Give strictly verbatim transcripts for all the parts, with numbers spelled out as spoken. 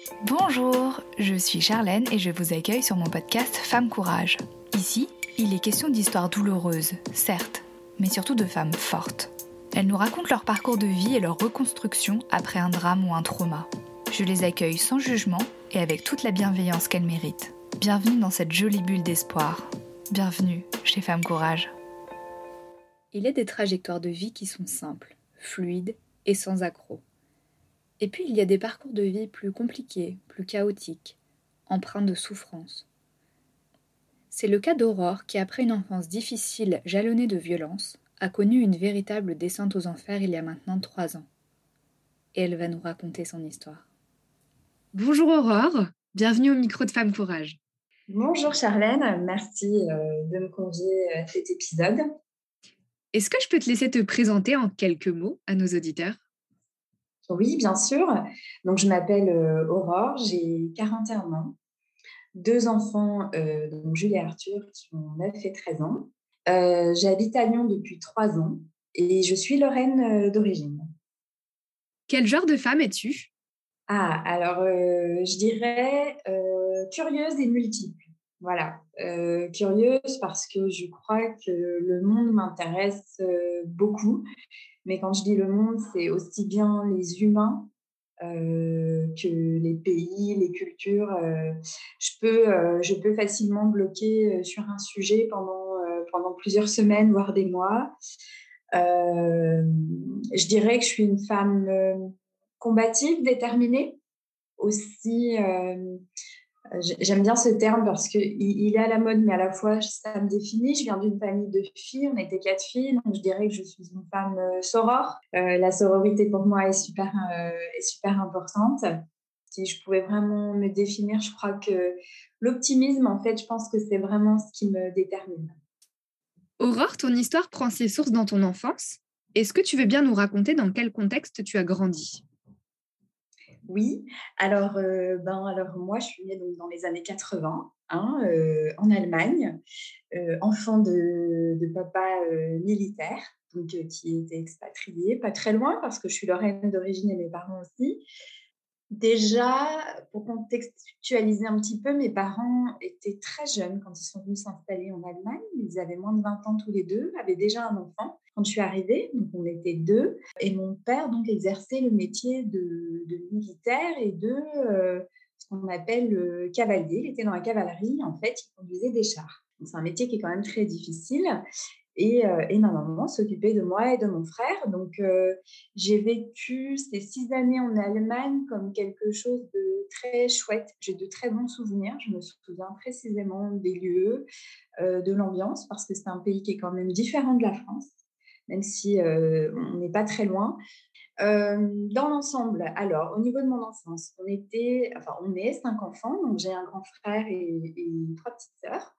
Bonjour, je suis Charlène et je vous accueille sur mon podcast Femmes Courage. Ici, il est question d'histoires douloureuses, certes, mais surtout de femmes fortes. Elles nous racontent leur parcours de vie et leur reconstruction après un drame ou un trauma. Je les accueille sans jugement et avec toute la bienveillance qu'elles méritent. Bienvenue dans cette jolie bulle d'espoir. Bienvenue chez Femmes Courage. Il est des trajectoires de vie qui sont simples, fluides et sans accroc. Et puis il y a des parcours de vie plus compliqués, plus chaotiques, empreints de souffrance. C'est le cas d'Aurore qui, après une enfance difficile jalonnée de violence, a connu une véritable descente aux enfers il y a maintenant trois ans. Et elle va nous raconter son histoire. Bonjour Aurore, bienvenue au micro de Femmes Courage. Bonjour Charlène, merci de me convier à cet épisode. Est-ce que je peux te laisser te présenter en quelques mots à nos auditeurs ? Oui, bien sûr. Donc, je m'appelle euh, Aurore, j'ai quarante et un ans, deux enfants, euh, donc Jules et Arthur, qui ont neuf et treize ans. Euh, j'habite à Lyon depuis trois ans et je suis lorraine euh, d'origine. Quel genre de femme es-tu ? Ah, alors, euh, je dirais euh, curieuse et multiple. Voilà, euh, curieuse parce que je crois que le monde m'intéresse euh, beaucoup. Mais quand je dis le monde, c'est aussi bien les humains euh, que les pays, les cultures. Euh, je, peux, euh, je peux facilement bloquer sur un sujet pendant, euh, pendant plusieurs semaines, voire des mois. Euh, je dirais que je suis une femme euh, combative, déterminée. Aussi, euh, j'aime bien ce terme parce qu'il il est à la mode, mais à la fois, ça me définit. Je viens d'une famille de filles, on était quatre filles, donc je dirais que je suis une femme euh, sorore. Euh, la sororité, pour moi, est super, euh, est super importante. Si je pouvais vraiment me définir, je crois que l'optimisme, en fait, je pense que c'est vraiment ce qui me détermine. Aurore, ton histoire prend ses sources dans ton enfance. Est-ce que tu veux bien nous raconter dans quel contexte tu as grandi ? Oui, alors, euh, ben, alors moi, je suis née donc, dans les années quatre-vingts, hein, euh, en Allemagne, euh, enfant de, de papa euh, militaire, donc, euh, qui était expatrié, pas très loin, parce que je suis lorraine d'origine et mes parents aussi. Déjà, pour contextualiser un petit peu, mes parents étaient très jeunes quand ils sont venus s'installer en Allemagne. Ils avaient moins de vingt ans tous les deux, avaient déjà un enfant quand je suis arrivée, donc on était deux. Et mon père donc exerçait le métier de, de militaire et de euh, ce qu'on appelle le cavalier. Il était dans la cavalerie, en fait, il conduisait des chars. Donc, c'est un métier qui est quand même très difficile. Et, euh, et ma maman s'occupait de moi et de mon frère. Donc, euh, j'ai vécu ces six années en Allemagne comme quelque chose de très chouette. J'ai de très bons souvenirs. Je me souviens précisément des lieux, euh, de l'ambiance, parce que c'est un pays qui est quand même différent de la France, même si euh, on n'est pas très loin. Euh, dans l'ensemble, alors, au niveau de mon enfance, on était, enfin, on est cinq enfants, donc j'ai un grand frère et, et trois petites sœurs.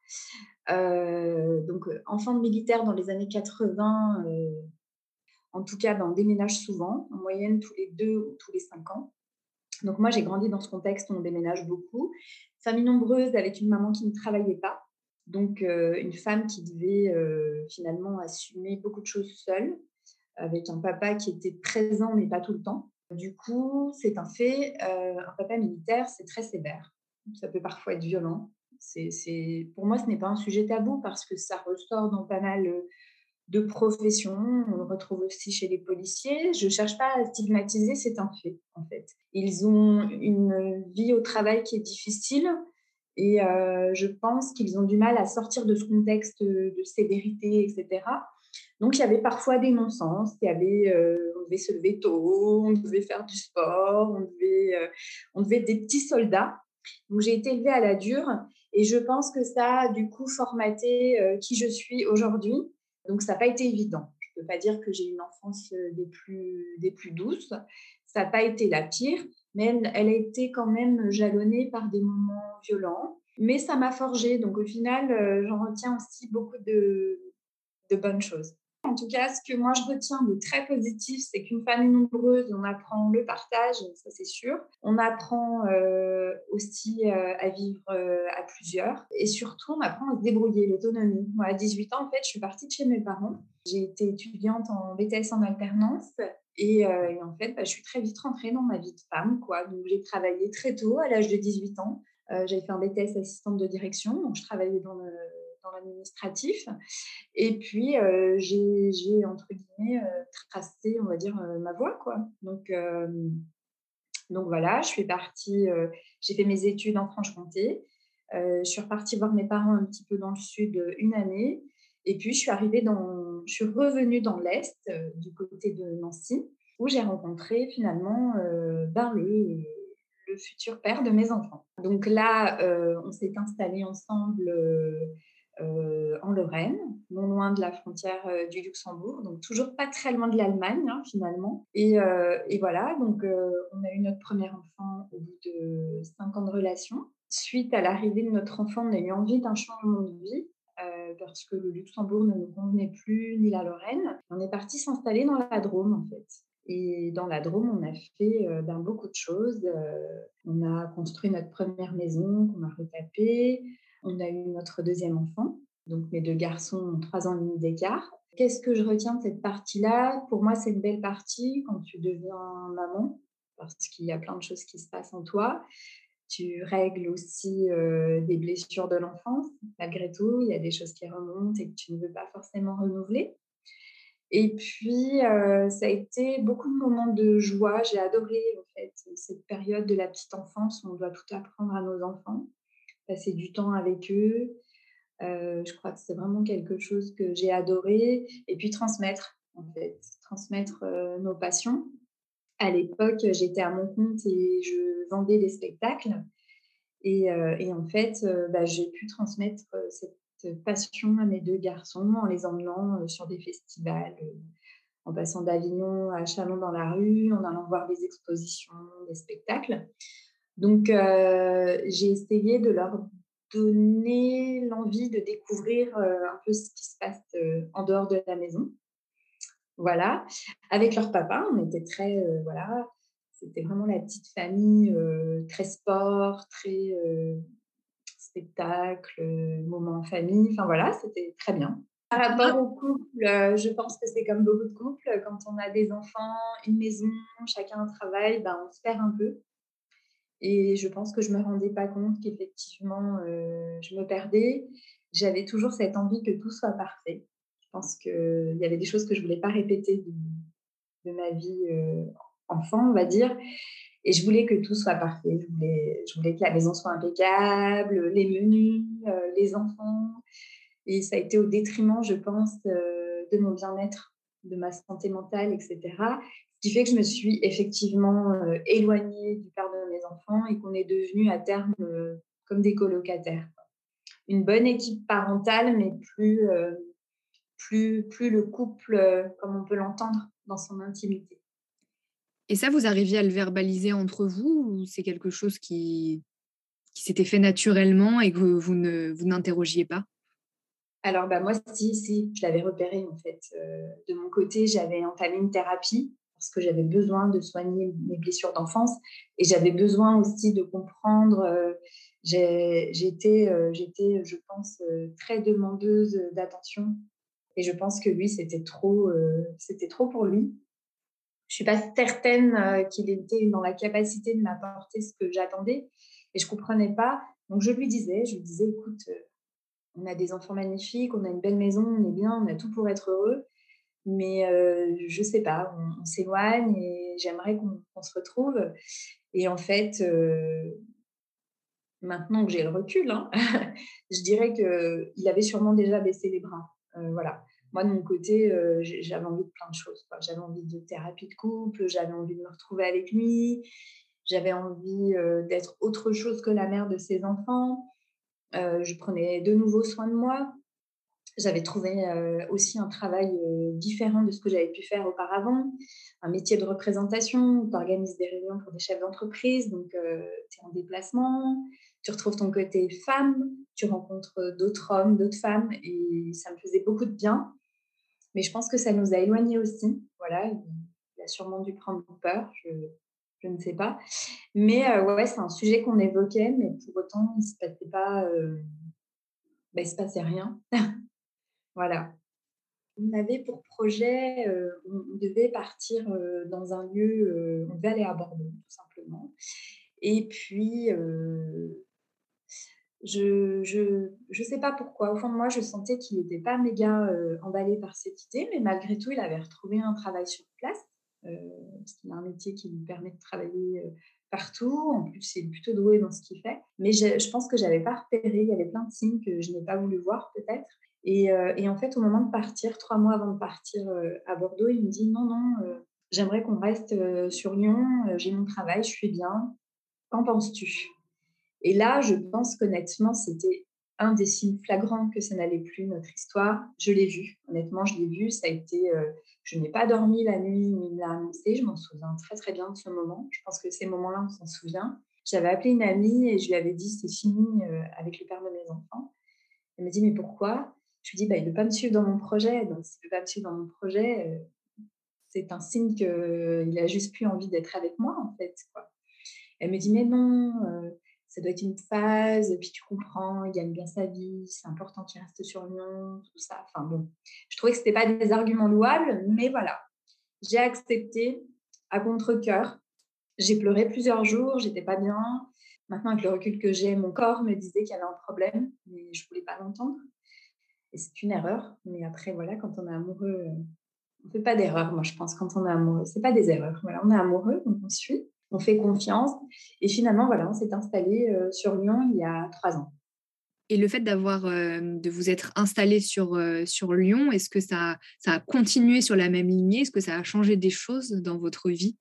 Euh, donc, enfants de militaires dans les années quatre-vingts, euh, en tout cas, ben, on déménage souvent, en moyenne tous les deux ou tous les cinq ans. Donc, moi, j'ai grandi dans ce contexte où on déménage beaucoup. Famille nombreuse avec une maman qui ne travaillait pas, donc euh, une femme qui devait euh, finalement assumer beaucoup de choses seule, avec un papa qui était présent, mais pas tout le temps. Du coup, c'est un fait, euh, un papa militaire, c'est très sévère. Ça peut parfois être violent. C'est, c'est... Pour moi, ce n'est pas un sujet tabou parce que ça ressort dans pas mal de professions. On le retrouve aussi chez les policiers. Je ne cherche pas à stigmatiser, c'est un fait, en fait. Ils ont une vie au travail qui est difficile et euh, je pense qu'ils ont du mal à sortir de ce contexte de sévérité, et cetera. Donc, il y avait parfois des non-sens. Il y avait, euh, on devait se lever tôt, on devait faire du sport, on devait, euh, on devait être des petits soldats. Donc, j'ai été élevée à la dure et je pense que ça a du coup formaté euh, qui je suis aujourd'hui. Donc, ça n'a pas été évident. Je ne peux pas dire que j'ai une enfance des plus, des plus douces. Ça n'a pas été la pire, mais elle, elle a été quand même jalonnée par des moments violents. Mais ça m'a forgée. Donc, au final, euh, j'en retiens aussi beaucoup de, de bonnes choses. En tout cas, ce que moi je retiens de très positif, c'est qu'une famille nombreuse, on apprend le partage, ça c'est sûr. On apprend euh, aussi euh, à vivre euh, à plusieurs. Et surtout, on apprend à se débrouiller, l'autonomie. Moi, à dix-huit ans, en fait, je suis partie de chez mes parents. J'ai été étudiante en B T S en alternance. Et, euh, et en fait, bah, je suis très vite rentrée dans ma vie de femme, quoi. Donc, j'ai travaillé très tôt, à l'âge de dix-huit ans. Euh, j'avais fait un B T S assistante de direction, donc je travaillais dans le, dans l'administratif. Et puis, euh, j'ai, j'ai, entre guillemets, euh, tracé, on va dire, euh, ma voie, quoi. Donc, euh, donc voilà, je suis partie, euh, j'ai fait mes études en Franche-Comté. Euh, je suis repartie voir mes parents un petit peu dans le sud euh, une année. Et puis, je suis arrivée dans, je suis revenue dans l'Est, euh, du côté de Nancy, où j'ai rencontré finalement euh, ben, le, le futur père de mes enfants. Donc là, euh, on s'est installés ensemble euh, euh, en Lorraine, non loin de la frontière euh, du Luxembourg, donc toujours pas très loin de l'Allemagne hein, finalement. Et, euh, et voilà, donc euh, on a eu notre premier enfant au bout de cinq ans de relation. Suite à l'arrivée de notre enfant, on a eu envie d'un changement de vie. Euh, parce que le Luxembourg ne nous convenait plus, ni la Lorraine. On est parti s'installer dans la Drôme, en fait. Et dans la Drôme, on a fait euh, ben, beaucoup de choses. Euh, on a construit notre première maison qu'on a retapée. On a eu notre deuxième enfant. Donc, mes deux garçons ont trois ans et demi d'écart. Qu'est-ce que je retiens de cette partie-là? Pour moi, c'est une belle partie quand tu deviens maman, parce qu'il y a plein de choses qui se passent en toi. Tu règles aussi euh, des blessures de l'enfance. Malgré tout, il y a des choses qui remontent et que tu ne veux pas forcément renouveler. Et puis, euh, ça a été beaucoup de moments de joie. J'ai adoré en fait, cette période de la petite enfance où on doit tout apprendre à nos enfants, passer du temps avec eux. Euh, je crois que c'est vraiment quelque chose que j'ai adoré. Et puis, transmettre, en fait, transmettre euh, nos passions. À l'époque, j'étais à mon compte et je vendais des spectacles. Et, euh, et en fait, euh, bah, j'ai pu transmettre euh, cette passion à mes deux garçons en les emmenant euh, sur des festivals, euh, en passant d'Avignon à Chalon dans la rue, en allant voir des expositions, des spectacles. Donc, euh, j'ai essayé de leur donner l'envie de découvrir euh, un peu ce qui se passe euh, en dehors de la maison. Voilà. Avec leur papa, on était très, euh, voilà, c'était vraiment la petite famille, euh, très sport, très euh, spectacle, euh, moment en famille. Enfin voilà, c'était très bien. Par rapport au couple, euh, je pense que c'est comme beaucoup de couples, quand on a des enfants, une maison, chacun un travail, ben, on se perd un peu. Et je pense que je ne me rendais pas compte qu'effectivement, euh, je me perdais. J'avais toujours cette envie que tout soit parfait. Je pense qu'il y avait des choses que je ne voulais pas répéter de, de ma vie euh, enfant, on va dire. Et je voulais que tout soit parfait. Je voulais, je voulais que la maison soit impeccable, les menus, euh, les enfants. Et ça a été au détriment, je pense, euh, de mon bien-être, de ma santé mentale, et cetera. Ce qui fait que je me suis effectivement euh, éloignée du père de mes enfants et qu'on est devenus à terme euh, comme des colocataires. Une bonne équipe parentale, mais plus, euh, plus, plus le couple euh, comme on peut l'entendre dans son intimité. Et ça, vous arriviez à le verbaliser entre vous ou c'est quelque chose qui, qui s'était fait naturellement et que vous ne vous n'interrogiez pas? Alors, bah, moi, si, si, je l'avais repéré en fait. Euh, de mon côté, j'avais entamé une thérapie parce que j'avais besoin de soigner mes blessures d'enfance et j'avais besoin aussi de comprendre. Euh, j'ai, j'étais, euh, j'étais, je pense, euh, très demandeuse d'attention et je pense que lui, c'était trop, euh, c'était trop pour lui. Je suis pas certaine euh, qu'il était dans la capacité de m'apporter ce que j'attendais et je comprenais pas. Donc, je lui disais, je lui disais, écoute. Euh, on a des enfants magnifiques, on a une belle maison, on est bien, on a tout pour être heureux. Mais euh, je ne sais pas, on, on s'éloigne et j'aimerais qu'on, qu'on se retrouve. Et en fait, euh, maintenant que j'ai le recul, hein, je dirais qu'il avait sûrement déjà baissé les bras. Euh, voilà. Moi, de mon côté, euh, j'avais envie de plein de choses, quoi. J'avais envie de thérapie de couple, j'avais envie de me retrouver avec lui, j'avais envie euh, d'être autre chose que la mère de ses enfants. Euh, je prenais de nouveau soin de moi. J'avais trouvé euh, aussi un travail euh, différent de ce que j'avais pu faire auparavant, un métier de représentation. Tu organises des réunions pour des chefs d'entreprise, donc euh, tu es en déplacement, tu retrouves ton côté femme, tu rencontres d'autres hommes, d'autres femmes, et ça me faisait beaucoup de bien. Mais je pense que ça nous a éloignés aussi. Voilà, il a sûrement dû prendre peur, je, je ne sais pas. Mais euh, ouais, c'est un sujet qu'on évoquait, mais pour autant, il ne se passait pas, euh, ben, il se passait rien. Voilà. On avait pour projet, euh, on, on devait partir euh, dans un lieu, euh, on devait aller à Bordeaux, tout simplement. Et puis, euh, je je je sais pas pourquoi. Au fond de moi, je sentais qu'il n'était pas méga, heu, emballé par cette idée, mais malgré tout, il avait retrouvé un travail sur place, heu, parce qu'il a un métier qui lui permet de travailler, heu, partout. En plus, il est plutôt doué dans ce qu'il fait. Mais je je pense que j'avais pas repéré, il y avait plein de signes que je n'ai pas voulu voir peut-être et heu et en fait, au moment de partir, trois mois avant de partir, heu, à Bordeaux, il me dit: «Non, non, heu, j'aimerais qu'on reste, heu, sur Lyon, heu, j'ai mon travail, je suis bien. Qu'en penses-tu?» Et là, je pense qu'honnêtement, c'était un des signes flagrants que ça n'allait plus, notre histoire. Je l'ai vu, honnêtement, je l'ai vu. Ça a été, euh, je n'ai pas dormi la nuit où il me l'a annoncé. Je m'en souviens très, très bien de ce moment. Je pense que ces moments-là, on s'en souvient. J'avais appelé une amie et je lui avais dit, c'est fini euh, avec le père de mes enfants. Elle m'a dit, mais pourquoi? Je lui ai dit, bah, il ne veut pas me suivre dans mon projet. Donc, s'il ne veut pas me suivre dans mon projet, euh, c'est un signe qu'il a juste plus envie d'être avec moi, en fait, quoi. Elle me dit, mais non, euh, ça doit être une phase, puis tu comprends, il gagne bien sa vie, c'est important qu'il reste sur Lyon, tout ça. Enfin bon, je trouvais que ce n'était pas des arguments louables, mais voilà. J'ai accepté à contre-cœur. J'ai pleuré plusieurs jours, j'étais pas bien. Maintenant, avec le recul que j'ai, mon corps me disait qu'il y avait un problème, mais je voulais pas l'entendre. Et c'est une erreur. Mais après, voilà, quand on est amoureux, on ne fait pas d'erreur, moi, je pense, quand on est amoureux. Ce n'est pas des erreurs. Voilà, on est amoureux, donc on suit, on fait confiance. Et finalement, voilà, on s'est installé euh, sur Lyon il y a trois ans. Et le fait d'avoir, euh, de vous être installé sur, euh, sur Lyon, est-ce que ça, ça a continué sur la même lignée? Est-ce que ça a changé des choses dans votre vie?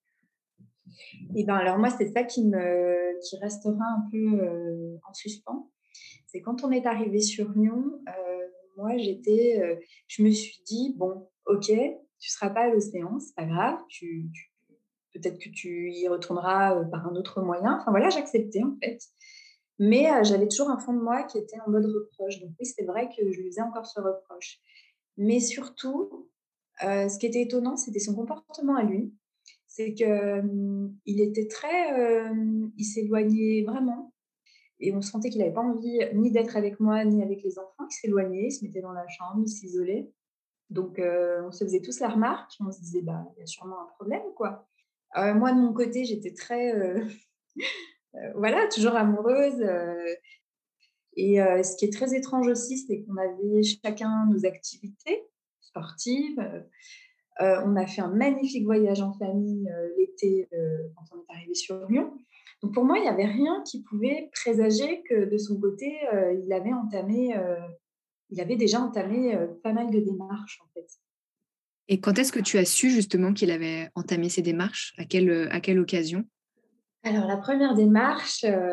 Et ben alors moi, c'est ça qui, me, qui restera un peu euh, en suspens. C'est quand on est arrivé sur Lyon, euh, moi, j'étais, euh, je me suis dit, bon, ok, tu ne seras pas à l'océan, c'est pas grave, tu, tu, peut-être que tu y retourneras euh, par un autre moyen. Enfin voilà, j'acceptais en fait. Mais euh, j'avais toujours un fond de moi qui était en mode reproche. Donc oui, c'est vrai que je lui faisais encore ce reproche. Mais surtout, euh, ce qui était étonnant, c'était son comportement à lui. C'est qu'il euh, était très... euh, il s'éloignait vraiment. Et on sentait qu'il n'avait pas envie ni d'être avec moi, ni avec les enfants. Il s'éloignait, il se mettait dans la chambre, il s'isolait. Donc, euh, on se faisait tous la remarque. On se disait, bah, il y a sûrement un problème, quoi. Euh, moi, de mon côté, j'étais très... euh, euh, voilà, toujours amoureuse. euh, Et euh, ce qui est très étrange aussi, c'est qu'on avait chacun nos activités sportives. Euh, on a fait un magnifique voyage en famille euh, l'été euh, quand on est arrivé sur Lyon. Donc pour moi, il n'y avait rien qui pouvait présager que de son côté, euh, il avait entamé, euh, il avait déjà entamé euh, pas mal de démarches en fait. Et quand est-ce que tu as su justement qu'il avait entamé ces démarches? À quelle, à quelle occasion? Alors la première démarche, euh,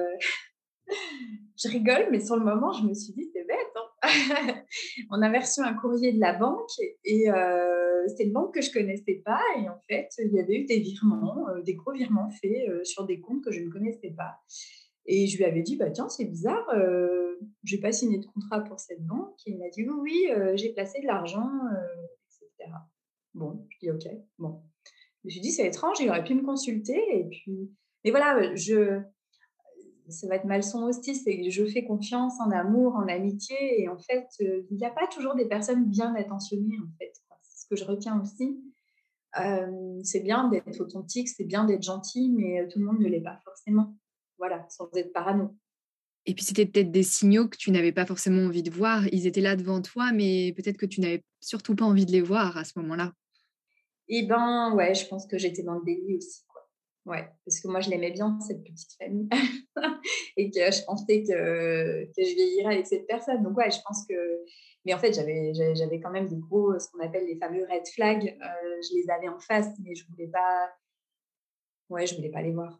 je rigole, mais sur le moment, je me suis dit, c'est bête. Hein. On avait reçu un courrier de la banque et euh, c'était une banque que je ne connaissais pas. Et en fait, il y avait eu des virements, euh, des gros virements faits euh, sur des comptes que je ne connaissais pas. Et je lui avais dit, bah, tiens, c'est bizarre, euh, je n'ai pas signé de contrat pour cette banque. Et il m'a dit, oui, oui, euh, j'ai placé de l'argent, euh, et cetera. Bon, je dis, OK. Bon. Je me suis dit, c'est étrange, il aurait pu me consulter. Et puis, mais voilà, je ça va être malson aussi, c'est que je fais confiance en amour, en amitié, et en fait, euh, il n'y a pas toujours des personnes bien attentionnées, en fait. C'est ce que je retiens aussi. Euh, c'est bien d'être authentique, c'est bien d'être gentil, mais euh, tout le monde ne l'est pas forcément. Voilà, sans être parano. Et puis c'était peut-être des signaux que tu n'avais pas forcément envie de voir. Ils étaient là devant toi, mais peut-être que tu n'avais surtout pas envie de les voir à ce moment-là. Eh ben, ouais, je pense que j'étais dans le déni aussi, quoi. Ouais, parce que moi, je l'aimais bien, cette petite famille, et que je pensais que, que je vieillirais avec cette personne. Donc, ouais, je pense que... Mais en fait, j'avais, j'avais j'avais quand même des gros, ce qu'on appelle les fameux red flags. Euh, je les avais en face, mais je voulais pas... Ouais, je voulais pas les voir.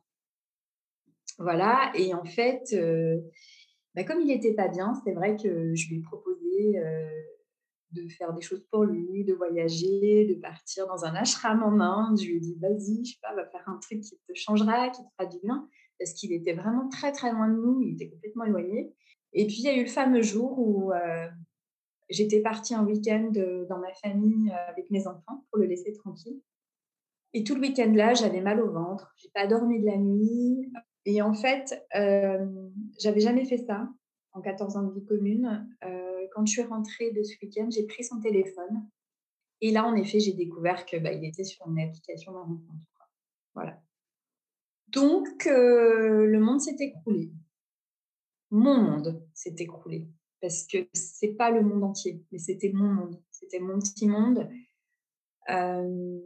Voilà, et en fait, euh, bah, comme il n'était pas bien, c'est vrai que je lui ai proposé... euh, de faire des choses pour lui, de voyager, de partir dans un ashram en Inde. Je lui ai dit, vas-y, je sais pas, va faire un truc qui te changera, qui te fera du bien, parce qu'il était vraiment très, très loin de nous, il était complètement éloigné. Et puis, il y a eu le fameux jour où euh, j'étais partie un week-end euh, dans ma famille euh, avec mes enfants pour le laisser tranquille. Et tout le week-end-là, j'avais mal au ventre, j'ai pas dormi de la nuit. Et en fait, euh, j'avais jamais fait ça en quatorze ans de vie commune. Euh, quand je suis rentrée de ce week-end, j'ai pris son téléphone Et là, en effet, j'ai découvert que, bah, il était sur une application de rencontre, quoi. Voilà. Donc, heu, le monde s'est écroulé. Mon monde s'est écroulé parce que c'est pas le monde entier, mais c'était mon monde. C'était mon petit monde. Hem,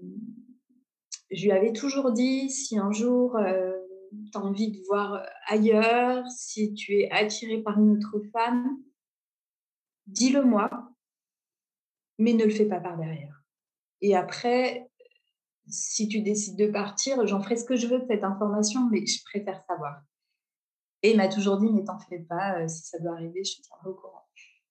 je lui avais toujours dit: «Si un jour, heu, tu as envie de voir ailleurs, si tu es attiré par une autre femme, dis-le moi, mais ne le fais pas par derrière. Et après, si tu décides de partir, j'en ferai ce que je veux de cette information, mais je préfère savoir». Et il m'a toujours dit: «Mais t'en fais pas, heu, si ça doit arriver, je te tiendrai au courant».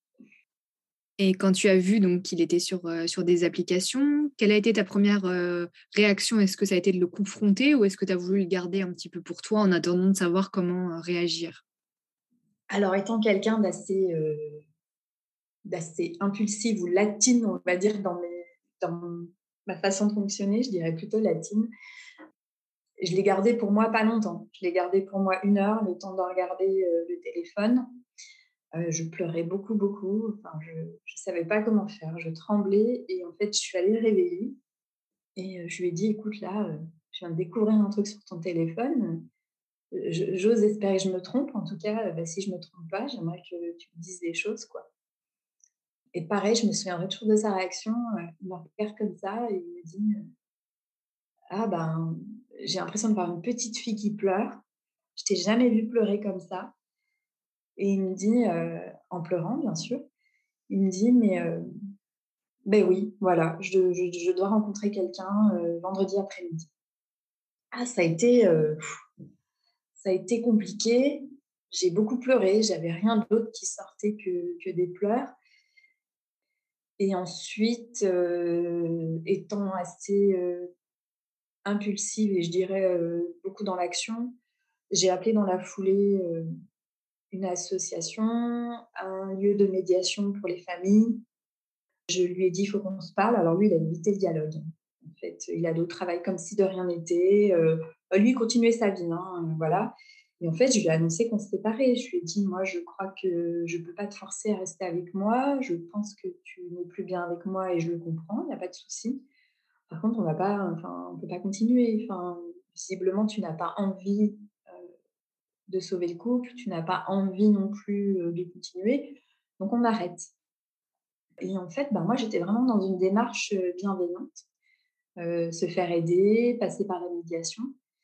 Et quand tu as vu donc qu'il était sur, heu, sur des applications, quelle a été ta première re réaction? Est-ce que ça a été de le confronter ou est-ce que tu as voulu le garder un petit peu pour toi en attendant de savoir comment, heu, réagir? Alors étant quelqu'un d'assez, heu, d'assez impulsive ou latine, on va dire, dans mes dans ma façon de fonctionner, je dirais plutôt latine, je l'ai gardé pour moi pas longtemps. Je l'ai gardé pour moi une heure, le temps de regarder, heu, le téléphone. Heu, je pleurais beaucoup, beaucoup, enfin je ne savais pas comment faire. Je tremblais et en fait, je suis allée le réveiller et heu, je lui ai dit: «Écoute là, heu, je viens de découvrir un truc sur ton téléphone, heu, je j'ose espérer que je me trompe. En tout cas, heu, bah, si je me trompe pas, j'aimerais que tu me dises des choses, quoi». Et pareil, je me souviendrai toujours de sa réaction, heu, il me regarde comme ça et il me dit, heu: «Ah ben, j'ai l'impression de voir une petite fille qui pleure. Je t'ai jamais vue pleurer comme ça». Et il me dit, heu, en pleurant bien sûr, il me dit: «Mais heu, beh, oui, voilà, je je je dois rencontrer quelqu'un, heu, vendredi après-midi». Ah ça a été, heu, ça a été compliqué. J'ai beaucoup pleuré, j'avais rien d'autre qui sortait que que des pleurs. Et ensuite, heu, étant assez, heu, impulsive et je dirais, heu, beaucoup dans l'action, j'ai appelé dans la foulée, heu, une association, un lieu de médiation pour les familles. Je lui ai dit: «Il faut qu'on se parle». Alors lui, il a évité le dialogue. En fait, il allait au travail comme si de rien n'était, heu, lui, il continuait sa vie, hein, heu, voilà. Et en fait, je lui ai annoncé qu'on se séparait. Je lui ai dit: «Moi, je crois que je peux pas te forcer à rester avec moi. Je pense que tu n'es plus bien avec moi et je le comprends, il y a pas de souci. Par contre, on va pas enfin, on peut pas continuer. Enfin, visiblement, tu n'as pas envie, heu, de sauver le couple, tu n'as pas envie non plus, heu, de continuer, donc on arrête». Et en fait, bah, moi, j'étais vraiment dans une démarche, heu, bienveillante, heu, se faire aider, passer par la médiation.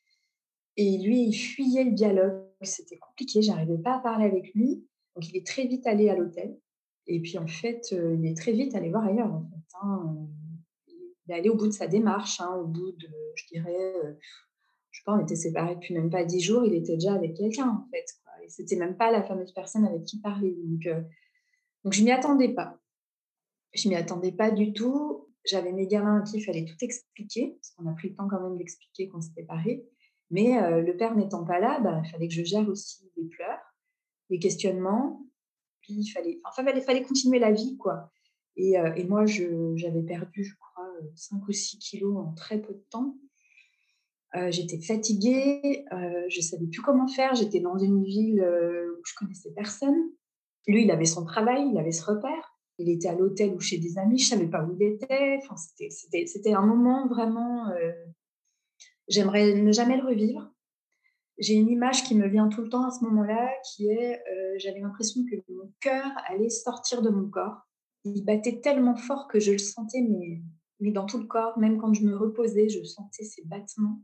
Et lui, il fuyait le dialogue. C'était compliqué, j'arrivais pas à parler avec lui. Donc il est très vite allé à l'hôtel et puis en fait, heu, il est très vite allé voir ailleurs, en fait, hein, heu. Il est allé au bout de sa démarche, hein, au bout de, je dirais, heu, je sais pas, on était séparés depuis même pas dix jours, il était déjà avec quelqu'un, en fait, quoi. Et c'était même pas la fameuse personne avec qui il parlait. Donc heu, donc je m'y attendais pas. Je m'y attendais pas du tout. J'avais mes gamins à qui il fallait tout expliquer, parce qu'on a pris le temps quand même d'expliquer qu'on se séparait. Mais heu, le père n'étant pas là, bah, il fallait que je gère aussi les pleurs, les questionnements, puis il fallait enfin, fallait fallait continuer la vie, quoi. Et heu et moi, je j'avais perdu, je crois, heu, cinq ou six kilos en très peu de temps. Heu, j'étais fatiguée, heu, je savais plus comment faire. J'étais dans une ville, heu, où je connaissais personne. Lui, il avait son travail, il avait ce repère. Il était à l'hôtel ou chez des amis, je savais pas où il était. Enfin, c'était c'était c'était un moment vraiment, heu, j'aimerais ne jamais le revivre. J'ai une image qui me vient tout le temps à ce moment-là, qui est, heu, j'avais l'impression que mon cœur allait sortir de mon corps. Il battait tellement fort que je le sentais, mais mais dans tout le corps. Même quand je me reposais, je sentais ces battements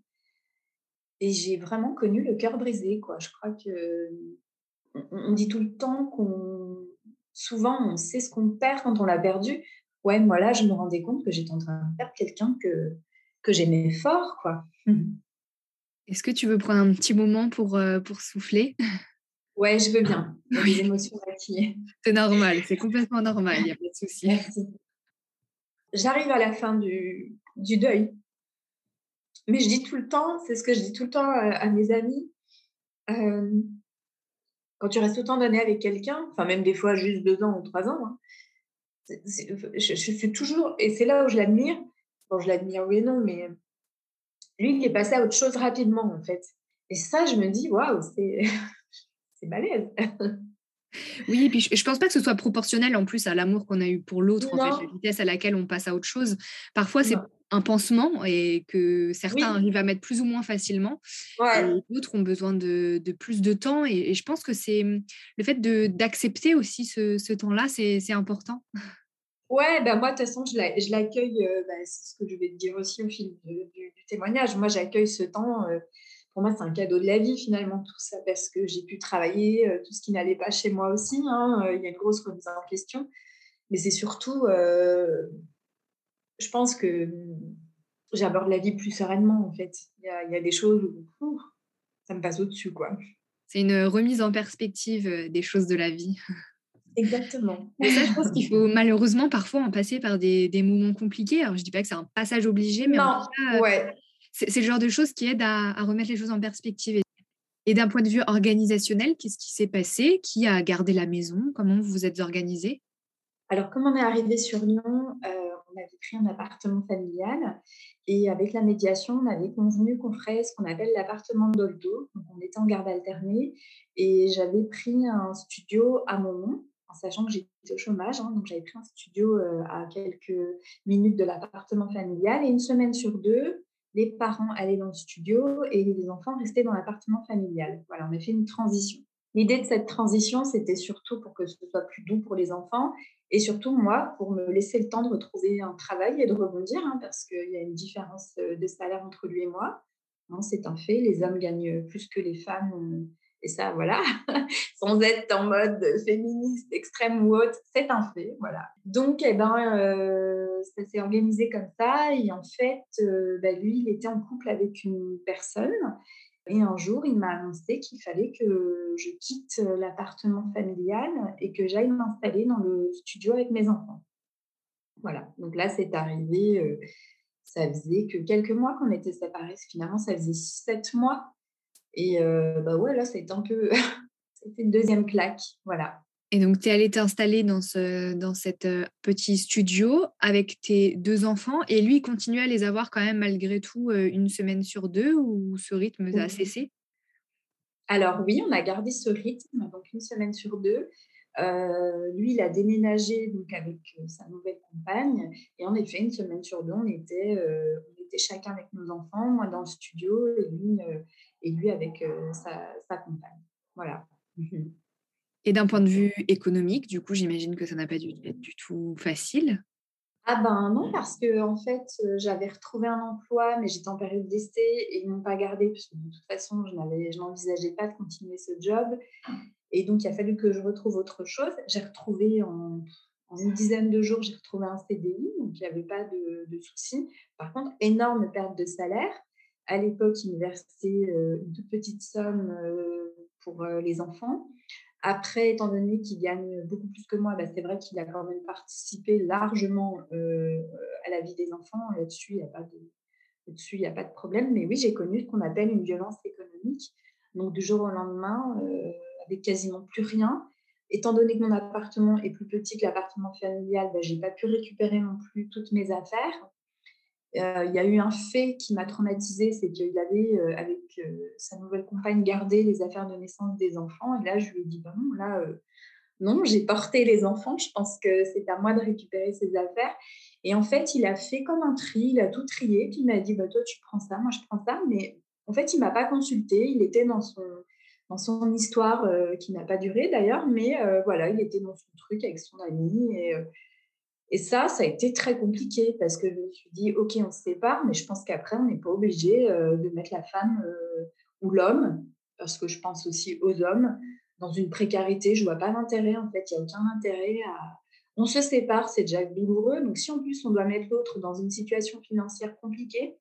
et j'ai vraiment connu le cœur brisé, quoi. Je crois que on on dit tout le temps qu'on souvent, on sait ce qu'on perd quand on l'a perdu. Ouais, moi là, je me rendais compte que j'étais en train de perdre quelqu'un que que j'aimais fort, quoi. Mmh. Est-ce que tu veux prendre un petit moment pour, heu, pour souffler? Ouais, je veux bien. Il y a des Oui, émotions là qui c'est normal, c'est complètement normal, il y a pas de souci. merci. J'arrive à la fin du du deuil, mais je dis tout le temps, c'est ce que je dis tout le temps à à mes amis, hem, quand tu restes autant d'années avec quelqu'un, enfin même des fois juste deux ans ou trois ans, hein, c'est c'est je je suis toujours et c'est là où je l'admire. Bon, je l'admire oui et non, mais lui, il est passé à autre chose rapidement, en fait. Et ça, je me dis: «Waouh, c'est c'est balèze!» Oui, et puis je, je pense pas que ce soit proportionnel en plus à l'amour qu'on a eu pour l'autre, en fait, la Non, vitesse à laquelle on passe à autre chose. Parfois, c'est non. un pansement et que certains Oui, arrivent à mettre plus ou moins facilement ouais. et d'autres ont besoin de, de plus de temps. Et, et je pense que c'est le fait de, d'accepter aussi ce, ce temps-là, c'est, c'est important. Ouais, ben moi, de toute façon, je l'a- je l'accueille, euh, ben, c'est ce que je vais te dire aussi au fil du, du- du témoignage. Moi, j'accueille ce temps. Euh, pour moi, c'est un cadeau de la vie, finalement, tout ça, parce que j'ai pu travailler euh, tout ce qui n'allait pas chez moi aussi, hein. Euh, Il y a une grosse remise en question. Mais c'est surtout, euh, je pense que hum, j'aborde la vie plus sereinement, en fait. Il y a, il y a des choses où ouh, ça me passe au-dessus, quoi. C'est une remise en perspective euh, des choses de la vie. Exactement. Mais ça, je pense qu'il faut malheureusement parfois en passer par des, des moments compliqués. Alors, je dis pas que c'est un passage obligé, mais en tout Non, cas, euh, ouais. c'est, c'est le genre de choses qui aident à, à remettre les choses en perspective. Et, et d'un point de vue organisationnel, qu'est-ce qui s'est passé? Qui a gardé la maison? Comment vous vous êtes organisé? Alors, comme on est arrivé sur Lyon, euh, on avait pris un appartement familial et avec la médiation, on avait convenu qu'on ferait ce qu'on appelle l'appartement de Doldo. Donc, on était en garde alternée et j'avais pris un studio à mon nom, en sachant que j'étais au chômage. Hein, donc, j'avais pris un studio euh, à quelques minutes de l'appartement familial et une semaine sur deux, les parents allaient dans le studio et les enfants restaient dans l'appartement familial. Voilà, on a fait une transition. L'idée de cette transition, c'était surtout pour que ce soit plus doux pour les enfants et surtout, moi, pour me laisser le temps de retrouver un travail et de rebondir, hein, parce qu'il y a une différence de salaire entre lui et moi. Hein, c'est un fait. Les hommes gagnent plus que les femmes. euh, Et ça, voilà, sans être en mode féministe extrême ou autre, c'est un fait. Voilà. Donc, eh ben, euh, ça s'est organisé comme ça. Et en fait, euh, bah, lui, il était en couple avec une personne. Et un jour, il m'a annoncé qu'il fallait que je quitte l'appartement familial et que j'aille m'installer dans le studio avec mes enfants. Voilà. Donc là, c'est arrivé. Euh, ça faisait que quelques mois qu'on était séparés. Finalement, ça faisait sept mois. Et euh, bah ouais, là, c'était un peu. C'était une deuxième claque. Voilà. Et donc, tu es allée t'installer dans ce dans cet euh, petit studio avec tes deux enfants et lui, il continuait à les avoir quand même malgré tout euh, une semaine sur deux ou ce rythme a cessé? Alors oui, on a gardé ce rythme, donc une semaine sur deux. Euh, lui, il a déménagé donc avec euh, sa nouvelle compagne. Et en effet, une semaine sur deux, on était, euh, on était chacun avec nos enfants, moi dans le studio et lui, euh, et lui avec euh, sa, sa compagne. Voilà. Mhm. Et d'un point de vue économique, du coup, j'imagine que ça n'a pas dû être du tout facile. Ah ben non, parce que en fait, euh, j'avais retrouvé un emploi, mais j'étais en période d'essai et ils m'ont pas gardé, parce que de toute façon, je n'avais, je n'envisageais pas de continuer ce job. Et donc, il a fallu que je retrouve autre chose. J'ai retrouvé en, en une dizaine de jours, j'ai retrouvé un C D I, donc il n'y avait pas de, de souci. Par contre, énorme perte de salaire. À l'époque, il me versait euh, une toute petite somme euh, pour euh, les enfants. Après, étant donné qu'il gagne beaucoup plus que moi, bah, c'est vrai qu'il a quand même participé largement euh, à la vie des enfants. Là-dessus, il n'y a pas de, là-dessus, il y a pas de problème. Mais oui, j'ai connu ce qu'on appelle une violence économique. Donc, du jour au lendemain, euh, avec quasiment plus rien. Étant donné que mon appartement est plus petit que l'appartement familial, bah, je n'ai pas pu récupérer non plus toutes mes affaires. Euh, il y a eu un fait qui m'a traumatisée, c'est qu'il avait, euh, avec euh, sa nouvelle compagne, gardé les affaires de naissance des enfants. Et là, je lui ai dit, bah non, là, euh, non, j'ai porté les enfants, je pense que c'est à moi de récupérer ces affaires. Et en fait, il a fait comme un tri, il a tout trié, puis il m'a dit, bah, toi, tu prends ça, moi, je prends ça. Mais en fait, il ne m'a pas consulté, il était dans son, dans son histoire euh, qui n'a pas duré d'ailleurs, mais euh, voilà, il était dans son truc avec son ami. Et, euh, et ça, ça a été très compliqué parce que je me suis dit, OK, on se sépare, mais je pense qu'après, on n'est pas obligé euh, de mettre la femme euh, ou l'homme, parce que je pense aussi aux hommes, dans une précarité. Je ne vois pas l'intérêt, en fait. Il n'y a aucun intérêt à. On se sépare, c'est déjà douloureux. Donc, si en plus, on doit mettre l'autre dans une situation financière compliquée,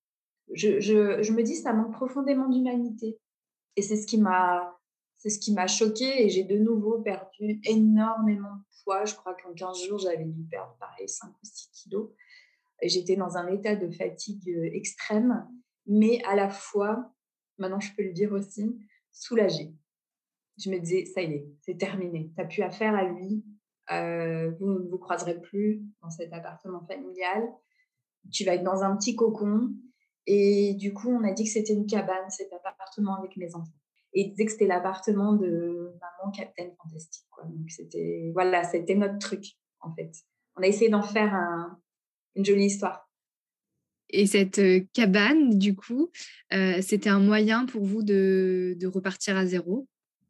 je, je, je me dis, ça manque profondément d'humanité. Et c'est ce qui m'a, c'est ce qui m'a choquée. Et j'ai de nouveau perdu énormément de poids. Je crois qu'en quinze jours, j'avais dû perdre pareil cinq ou six kilos. Et j'étais dans un état de fatigue euh, extrême, mais à la fois, maintenant je peux le dire aussi, soulagée. Je me disais, ça y est, c'est terminé. Tu n'as plus affaire à lui. Euh, vous ne vous croiserez plus dans cet appartement familial. Tu vas être dans un petit cocon. Et du coup, on a dit que c'était une cabane, cet appartement avec mes enfants. Et il disait que c'était l'appartement de maman Captain Fantastique, quoi. Donc, c'était, voilà, c'était notre truc, en fait. On a essayé d'en faire un, une jolie histoire. Et cette cabane, du coup, euh, c'était un moyen pour vous de, de repartir à zéro?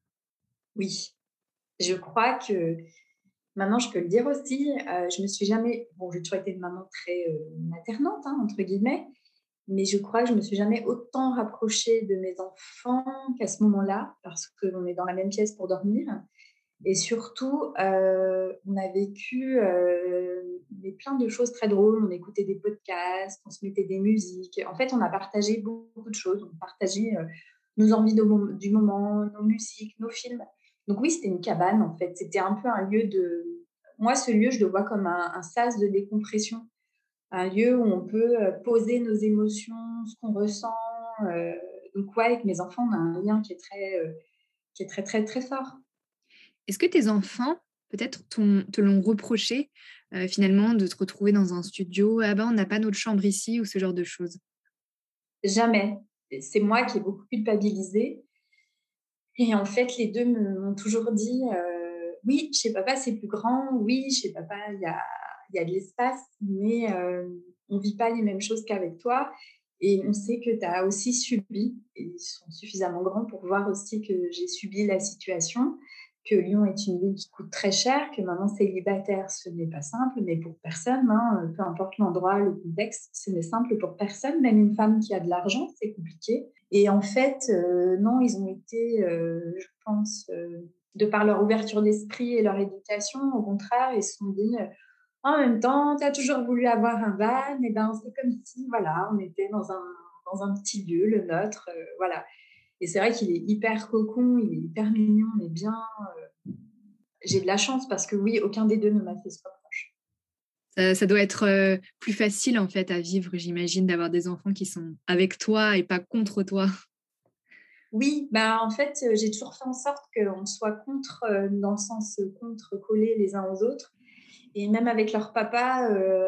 Oui, je crois que maintenant, je peux le dire aussi, euh, je me suis jamais... Bon, j'ai toujours été une maman très euh, maternante, hein, entre guillemets, mais je crois que je me suis jamais autant rapprochée de mes enfants qu'à ce moment-là, parce qu'on est dans la même pièce pour dormir. Et surtout, euh, on a vécu euh, mais plein de choses très drôles. On écoutait des podcasts, on se mettait des musiques. En fait, on a partagé beaucoup de choses. On partageait euh, nos envies de mom- du moment, nos musiques, nos films. Donc oui, c'était une cabane, en fait. C'était un peu un lieu de... Moi, ce lieu, je le vois comme un, un sas de décompression. Un lieu où on peut euh, poser nos émotions, ce qu'on ressent. Euh, donc ouais, avec mes enfants, on a un lien qui est très, euh, qui est très, très, très fort. Est-ce que tes enfants, peut-être, t'ont- te l'ont reproché, euh, finalement, de te retrouver dans un studio? Ah ben, on n'a pas notre chambre ici, ou ce genre de choses? Jamais. C'est moi qui ai beaucoup culpabilisé. Et en fait, les deux me- m'ont toujours dit euh, oui, chez papa, c'est plus grand. Oui, chez papa, il y a, il y a de l'espace, mais euh, on ne vit pas les mêmes choses qu'avec toi. Et on sait que tu as aussi subi, et ils sont suffisamment grands pour voir aussi que j'ai subi la situation, que Lyon est une ville qui coûte très cher, que maman célibataire, ce n'est pas simple, mais pour personne, hein, peu importe l'endroit, le contexte, ce n'est simple pour personne. Même une femme qui a de l'argent, c'est compliqué. Et en fait, euh, non, ils ont été, euh, je pense, euh, de par leur ouverture d'esprit et leur éducation, au contraire, ils se sont dit, euh, en même temps, tu as toujours voulu avoir un van, et ben c'est comme si, voilà, on était dans un, dans un petit lieu, le nôtre, euh, voilà. Et c'est vrai qu'il est hyper cocon, il est hyper mignon, mais bien. euh, J'ai de la chance parce que oui, aucun des deux ne m'a fait ce reproche. Ça, ça doit être euh, plus facile, en fait, à vivre, j'imagine, d'avoir des enfants qui sont avec toi et pas contre toi. Oui, bah en fait, euh, j'ai toujours fait en sorte qu'on soit contre, euh, dans le sens euh, contre collés les uns aux autres. Et même avec leur papa, euh,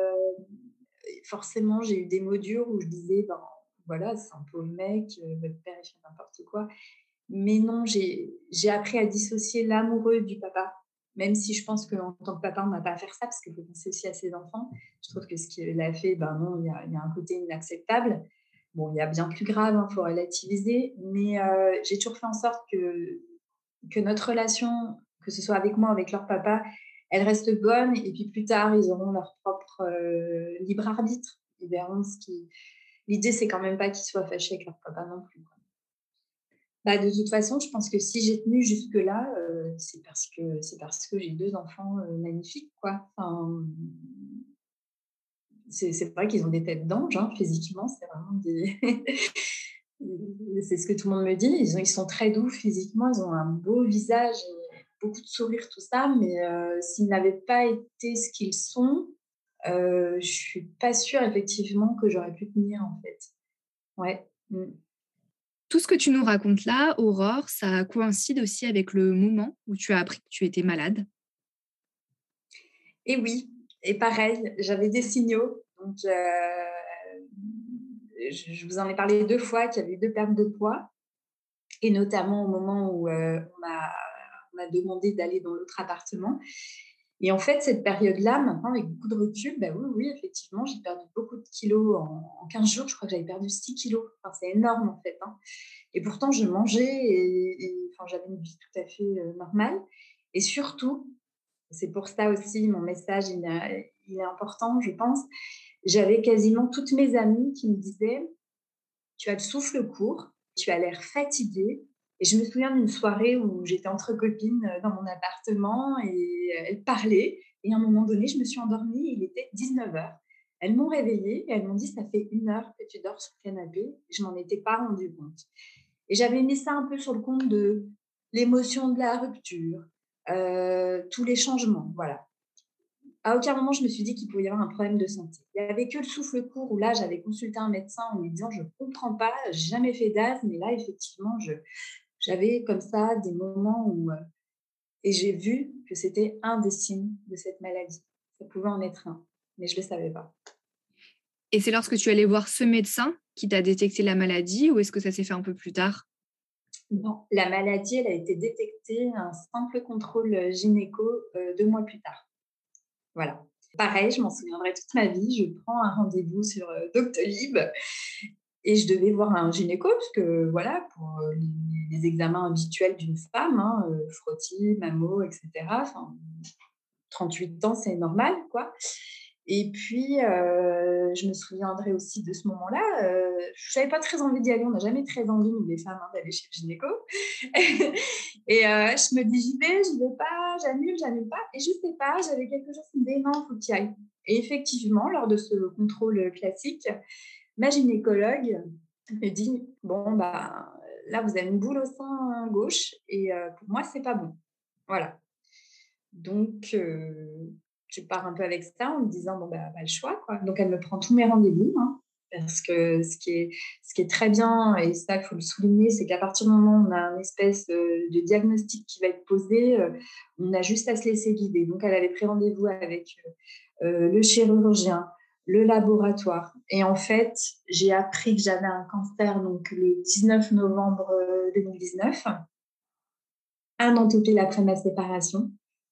forcément, j'ai eu des mots durs où je disais, ben voilà, c'est un pauvre mec, euh, votre père, il fait n'importe quoi. Mais non, j'ai, j'ai appris à dissocier l'amoureux du papa, même si je pense qu'en tant que papa, on n'a pas à faire ça, parce qu'il faut penser aussi à ses enfants. Je trouve que ce qu'il a fait, ben non, il y a, il y a un côté inacceptable. Bon, il y a bien plus grave, il hein, faut relativiser, mais euh, j'ai toujours fait en sorte que, que notre relation, que ce soit avec moi ou avec leur papa, elle reste bonne, et puis plus tard, ils auront leur propre euh, libre arbitre. Ils verront ce qui... L'idée, c'est quand même pas qu'ils soient fâchés avec leur papa non plus. Bah, de toute façon, je pense que si j'ai tenu jusque-là, euh, c'est parce que c'est parce que j'ai deux enfants euh, magnifiques, quoi. Enfin, c'est, c'est vrai qu'ils ont des têtes d'ange, hein, physiquement, c'est vraiment des... c'est ce que tout le monde me dit. Ils, ont, ils sont très doux physiquement, ils ont un beau visage, et beaucoup de sourire, tout ça. Mais euh, s'ils n'avaient pas été ce qu'ils sont, euh, je suis pas sûre effectivement que j'aurais pu tenir, en fait. Ouais. Mm. Tout ce que tu nous racontes là, Aurore, ça coïncide aussi avec le moment où tu as appris que tu étais malade. Et oui, et pareil, j'avais des signaux. Donc, euh, je, je vous en ai parlé deux fois, qu'il y avait eu deux pertes de poids, et notamment au moment où euh, on m'a on m'a demandé d'aller dans l'autre appartement. Et en fait, cette période-là, maintenant, avec beaucoup de recul, bah oui, oui, effectivement, j'ai perdu beaucoup de kilos en, en quinze jours. Je crois que j'avais perdu six kilos. Enfin, c'est énorme, en fait. Hein. Et pourtant, je mangeais et, et enfin, j'avais une vie tout à fait euh, normale. Et surtout, c'est pour ça aussi, mon message, il est, il est important, je pense. J'avais quasiment toutes mes amies qui me disaient « Tu as le souffle court, tu as l'air fatiguée. » Et je me souviens d'une soirée où j'étais entre copines dans mon appartement et elles parlaient. Et à un moment donné, je me suis endormie, il était dix-neuf heures. Elles m'ont réveillée et elles m'ont dit « Ça fait une heure que tu dors sur le canapé. » Je ne m'en étais pas rendu compte. Et j'avais mis ça un peu sur le compte de l'émotion de la rupture, euh, tous les changements, voilà. À aucun moment, je me suis dit qu'il pouvait y avoir un problème de santé. Il n'y avait que le souffle court où là, j'avais consulté un médecin en lui disant « Je ne comprends pas, je n'ai jamais fait d'asthme. » Mais là, effectivement, je, j'avais comme ça des moments où... Euh, et j'ai vu que c'était un des signes de cette maladie. Ça pouvait en être un, mais je ne le savais pas. Et c'est lorsque tu allais voir ce médecin qui t'a détecté la maladie, ou est-ce que ça s'est fait un peu plus tard? Non, la maladie, elle a été détectée, un simple contrôle gynéco euh, deux mois plus tard. Voilà. Pareil, je m'en souviendrai toute ma vie. Je prends un rendez-vous sur euh, Doctolib et je devais voir un gynéco parce que voilà, pour euh, les, les examens habituels d'une femme, hein, euh, frottis, mammo, et cetera. Enfin, trente-huit ans, c'est normal, quoi. Et puis, euh, je me souviendrai aussi de ce moment-là. Euh, je n'avais pas très envie d'y aller. On n'a jamais très envie, nous, les femmes, hein, d'aller chez le gynéco. Et euh, je me dis, j'y vais, j'y vais pas, j'annule, j'annule pas. Et je sais pas, j'avais quelque chose qui me dit, non, il faut que tu y ailles. Et effectivement, lors de ce contrôle classique, ma gynécologue me dit, bon, bah, là, vous avez une boule au sein gauche et euh, pour moi, c'est pas bon. Voilà. Donc, euh, je pars un peu avec ça en me disant, bon, bah, pas le choix, quoi. Donc, elle me prend tous mes rendez-vous, hein, parce que ce qui, est, ce qui est très bien, et ça, il faut le souligner, c'est qu'à partir du moment où on a une espèce euh, de diagnostic qui va être posé, euh, on a juste à se laisser guider. Donc, elle avait pris rendez-vous avec euh, le chirurgien, le laboratoire. Et en fait, j'ai appris que j'avais un cancer donc, le dix-neuf novembre deux mille dix-neuf, un an tout pile après ma séparation,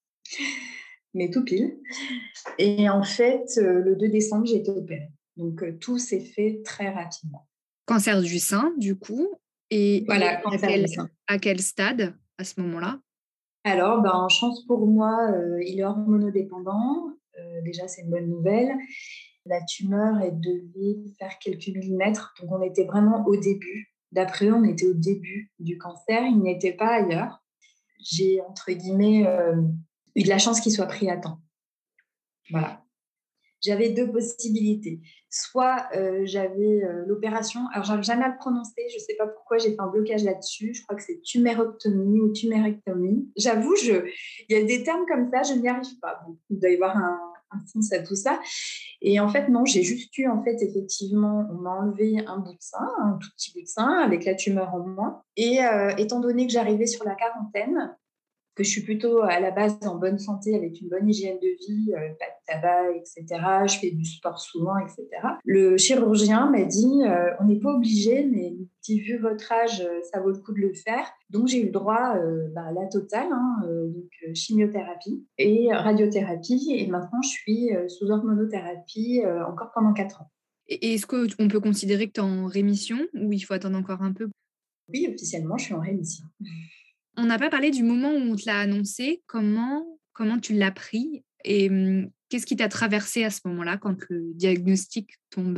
mais tout pile. Et en fait, euh, le deux décembre, j'ai été opérée. Donc, euh, tout s'est fait très rapidement. Cancer du sein, du coup. Et, Voilà, et à, cancer quel, du sein. à quel stade à ce moment-là? Alors, ben, chance pour moi, euh, il est hormonodépendant. Euh, déjà, c'est une bonne nouvelle. La tumeur, elle devait faire quelques millimètres. Donc, on était vraiment au début. D'après eux, on était au début du cancer. Il n'était pas ailleurs. J'ai, entre guillemets, euh, eu de la chance qu'il soit pris à temps. Voilà. J'avais deux possibilités. Soit euh, j'avais euh, l'opération, alors j'arrive jamais à le prononcer, je ne sais pas pourquoi j'ai fait un blocage là-dessus, je crois que c'est tumérectomie ou tumérectomie. J'avoue, je... il y a des termes comme ça, je n'y arrive pas. Bon, il doit y avoir un, un sens à tout ça. Et en fait, non, j'ai juste eu, en fait, effectivement, on m'a enlevé un bout de sein, un tout petit bout de sein, avec la tumeur en moins. Et euh, étant donné que j'arrivais sur la quarantaine, que je suis plutôt à la base en bonne santé avec une bonne hygiène de vie, euh, pas de tabac, et cetera. Je fais du sport souvent, et cetera. Le chirurgien m'a dit, euh, on n'est pas obligé, mais dit, vu votre âge, ça vaut le coup de le faire. Donc, j'ai eu le droit euh, bah, à la totale, hein, euh, donc euh, chimiothérapie et radiothérapie. Et maintenant, je suis euh, sous hormonothérapie euh, encore pendant quatre ans. Et est-ce qu'on peut considérer que tu es en rémission ou il faut attendre encore un peu? Oui, officiellement, je suis en rémission. On n'a pas parlé du moment où on te l'a annoncé. Comment, comment tu l'as pris et hum, qu'est-ce qui t'a traversé à ce moment-là quand le diagnostic tombe?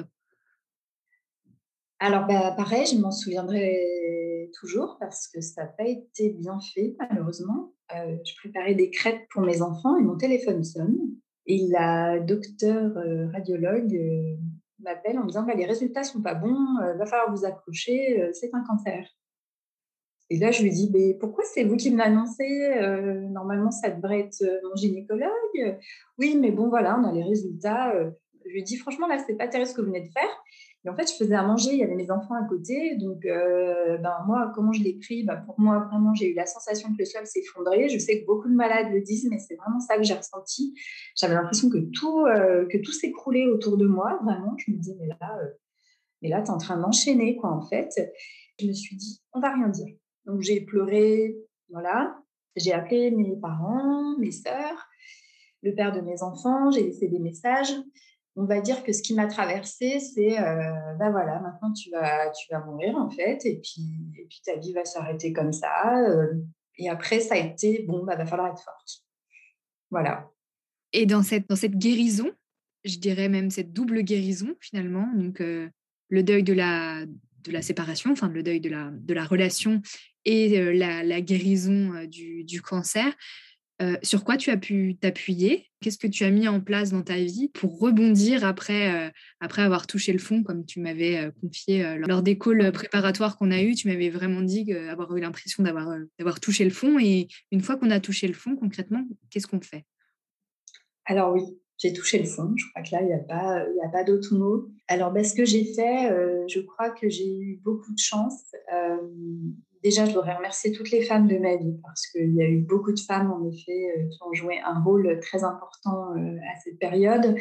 Alors, bah, pareil, je m'en souviendrai toujours parce que ça n'a pas été bien fait, malheureusement. Euh, je préparais des crêpes pour mes enfants et mon téléphone sonne. Et la docteure euh, radiologue euh, m'appelle en me disant bah, les résultats ne sont pas bons, il va falloir vous accrocher, euh, c'est un cancer. Et là, je lui dis mais pourquoi c'est vous qui me l'annoncez euh, Normalement, ça devrait être euh, mon gynécologue. Oui, mais bon, voilà, on a les résultats. Euh. Je lui dis franchement, là, c'est pas terrible ce que vous venez de faire. Et en fait, je faisais à manger, il y avait mes enfants à côté. Donc, euh, ben, moi, comment je l'ai pris ben, pour moi, vraiment, j'ai eu la sensation que le sol s'effondrait. Je sais que beaucoup de malades le disent, mais c'est vraiment ça que j'ai ressenti. J'avais l'impression que tout, euh, que tout s'écroulait autour de moi, vraiment. Je me dis, mais là, euh, mais là tu es en train d'enchaîner, quoi, en fait. Je me suis dit, on va rien dire. Donc, j'ai pleuré, voilà. J'ai appelé mes parents, mes sœurs, le père de mes enfants. J'ai laissé des messages. On va dire que ce qui m'a traversée, c'est, euh, ben voilà, maintenant tu vas, tu vas mourir en fait, et puis, et puis ta vie va s'arrêter comme ça. Euh, et après, ça a été, bon, bah, va falloir être forte. Voilà. Et dans cette, dans cette guérison, je dirais même cette double guérison finalement, donc euh, le deuil de la, de la séparation, enfin le deuil de la, de la relation et euh, la, la guérison euh, du, du cancer, euh, sur quoi tu as pu t'appuyer? Qu'est-ce que tu as mis en place dans ta vie pour rebondir après, euh, après avoir touché le fond, comme tu m'avais euh, confié euh, lors des calls préparatoires qu'on a eus, tu m'avais vraiment dit que, avoir eu l'impression d'avoir, euh, d'avoir touché le fond. Et une fois qu'on a touché le fond, concrètement, qu'est-ce qu'on fait? Alors oui, j'ai touché le fond. Je crois que là, il n'y a pas, il y a pas d'autre mot. Alors, ben, ce que j'ai fait, euh, je crois que j'ai eu beaucoup de chance. Euh, déjà, je voudrais remercier toutes les femmes de ma vie parce qu'il y a eu beaucoup de femmes, en effet, euh, qui ont joué un rôle très important euh, à cette période.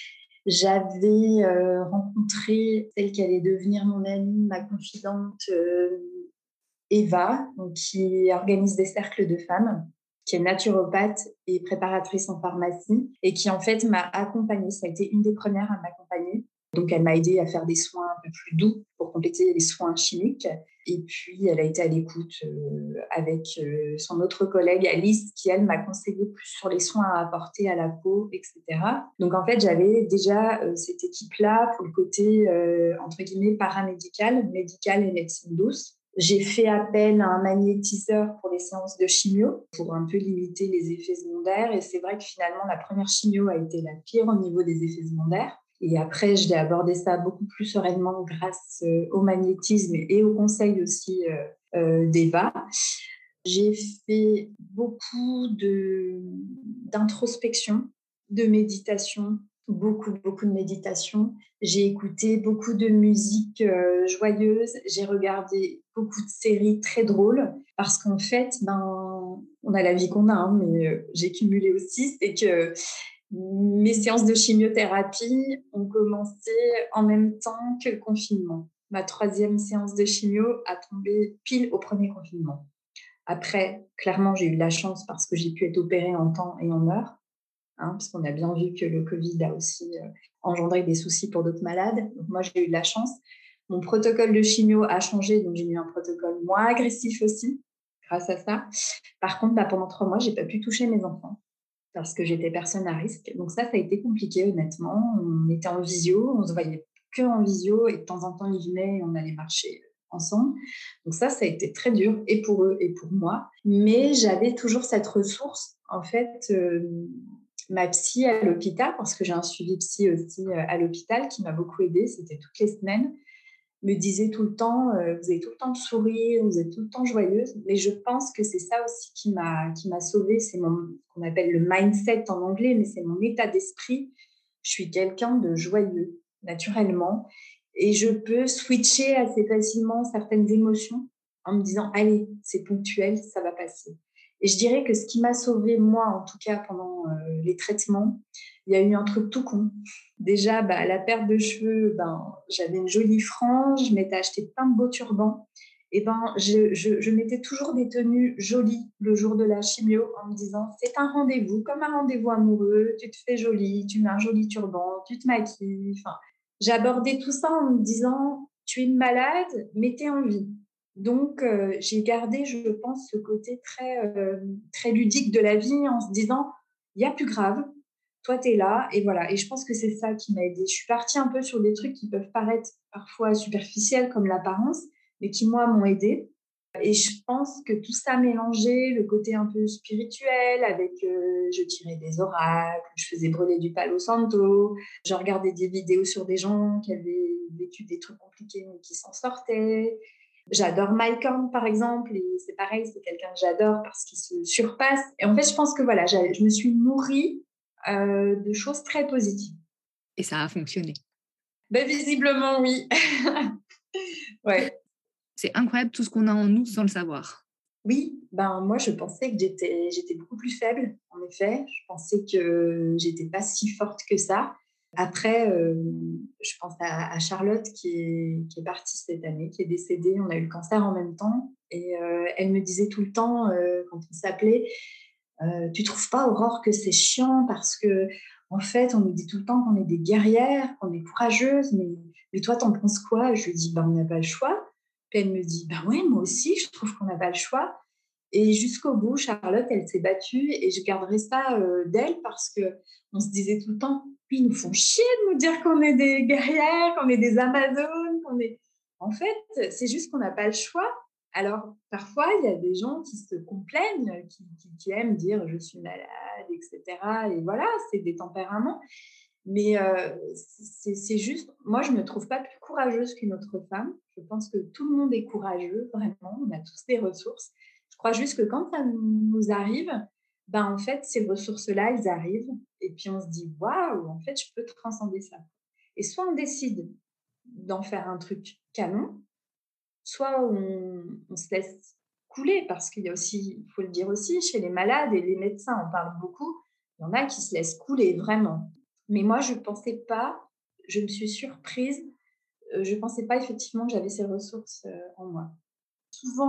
J'avais euh, rencontré celle qui allait devenir mon amie, ma confidente, euh, Eva, donc, qui organise des cercles de femmes, qui est naturopathe et préparatrice en pharmacie et qui, en fait, m'a accompagnée. Ça a été une des premières à m'accompagner. Donc, elle m'a aidée à faire des soins un peu plus doux pour compléter les soins chimiques. Et puis, elle a été à l'écoute euh, avec euh, son autre collègue, Alice, qui, elle, m'a conseillé plus sur les soins à apporter à la peau, et cetera. Donc, en fait, j'avais déjà euh, cette équipe-là pour le côté, euh, entre guillemets, paramédical, médical et médecine douce. J'ai fait appel à un magnétiseur pour les séances de chimio pour un peu limiter les effets secondaires. Et c'est vrai que finalement, la première chimio a été la pire au niveau des effets secondaires. Et après, je l'ai abordé ça beaucoup plus sereinement grâce euh, au magnétisme et au conseil aussi euh, euh, d'Eva. J'ai fait beaucoup de, d'introspection, de méditation, beaucoup, beaucoup de méditation. J'ai écouté beaucoup de musique euh, joyeuse. J'ai regardé beaucoup de séries très drôles parce qu'en fait, ben, on a la vie qu'on a, hein, mais euh, j'ai cumulé aussi, c'est que mes séances de chimiothérapie ont commencé en même temps que le confinement. Ma troisième séance de chimio a tombé pile au premier confinement. Après, clairement, j'ai eu de la chance parce que j'ai pu être opérée en temps et en heure, hein, parce qu'on a bien vu que le Covid a aussi euh, engendré des soucis pour d'autres malades. Donc moi, j'ai eu de la chance. Mon protocole de chimio a changé, donc j'ai eu un protocole moins agressif aussi, grâce à ça. Par contre, bah, pendant trois mois, je n'ai pas pu toucher mes enfants parce que j'étais personne à risque. Donc ça, ça a été compliqué, honnêtement. On était en visio, on se voyait que en visio et de temps en temps, ils venaient et on allait marcher ensemble. Donc ça, ça a été très dur, et pour eux et pour moi. Mais j'avais toujours cette ressource. En fait, euh, ma psy à l'hôpital, parce que j'ai un suivi psy aussi euh, à l'hôpital qui m'a beaucoup aidée, c'était toutes les semaines, me disait tout le temps, euh, vous avez tout le temps le sourire, vous êtes tout le temps joyeuse. Mais je pense que c'est ça aussi qui m'a, qui m'a sauvée. C'est mon, ce qu'on appelle le mindset en anglais, mais c'est mon état d'esprit. Je suis quelqu'un de joyeux, naturellement. Et je peux switcher assez facilement certaines émotions en me disant, allez, c'est ponctuel, ça va passer. Et je dirais que ce qui m'a sauvée, moi, en tout cas, pendant euh, les traitements, il y a eu un truc tout con. Déjà, bah, la perte de cheveux, ben, j'avais une jolie frange, je m'étais acheté plein de beaux turbans. Et ben, je, je, je mettais toujours des tenues jolies le jour de la chimio en me disant, c'est un rendez-vous, comme un rendez-vous amoureux, tu te fais jolie, tu mets un joli turban, tu te maquilles. Enfin, j'abordais tout ça en me disant, tu es une malade, mais tu es en vie. Donc, euh, j'ai gardé, je pense, ce côté très, euh, très ludique de la vie en se disant, il y a plus grave, toi, tu es là, et voilà. Et je pense que c'est ça qui m'a aidée. Je suis partie un peu sur des trucs qui peuvent paraître parfois superficiels comme l'apparence, mais qui, moi, m'ont aidée. Et je pense que tout ça mélangé, le côté un peu spirituel, avec euh, je tirais des oracles, je faisais brûler du palo santo, je regardais des vidéos sur des gens qui avaient vécu des trucs compliqués mais qui s'en sortaient. J'adore Mike Horn, par exemple, et c'est pareil, c'est quelqu'un que j'adore parce qu'il se surpasse. Et en fait, je pense que voilà, je me suis nourrie euh, de choses très positives. Et ça a fonctionné. Ben, visiblement, oui. Ouais. C'est incroyable tout ce qu'on a en nous sans le savoir. Oui, ben moi je pensais que j'étais, j'étais beaucoup plus faible, en effet. Je pensais que j'étais pas si forte que ça. Après, euh, je pense à, à Charlotte qui est, qui est partie cette année, qui est décédée. On a eu le cancer en même temps. Et euh, elle me disait tout le temps, euh, quand on s'appelait, euh, tu trouves pas, Aurore, que c'est chiant parce que, en fait, on nous dit tout le temps qu'on est des guerrières, qu'on est courageuses, mais, mais toi, t'en penses quoi? Je lui dis, ben, on n'a pas le choix. Puis elle me dit, ben ouais, moi aussi, je trouve qu'on n'a pas le choix. Et jusqu'au bout, Charlotte, elle s'est battue et je garderai ça euh, d'elle parce qu'on se disait tout le temps, ils nous font chier de nous dire qu'on est des guerrières, qu'on est des Amazones, qu'on est... En fait, c'est juste qu'on n'a pas le choix. Alors, parfois, il y a des gens qui se complaignent, qui, qui, qui aiment dire je suis malade, et cetera. Et voilà, c'est des tempéraments. Mais euh, c'est, c'est juste, moi, je ne me trouve pas plus courageuse qu'une autre femme. Je pense que tout le monde est courageux, vraiment. On a tous des ressources. Je crois juste que quand ça nous arrive, ben, en fait, ces ressources-là, elles arrivent. Et puis, on se dit, waouh, en fait, je peux transcender ça. Et soit on décide d'en faire un truc canon, soit on, on se laisse couler, parce qu'il y a aussi, il faut le dire aussi, chez les malades et les médecins, on parle beaucoup, il y en a qui se laissent couler, vraiment. Mais moi, je ne pensais pas, je me suis surprise, euh, je ne pensais pas effectivement que j'avais ces ressources euh, en moi. Souvent,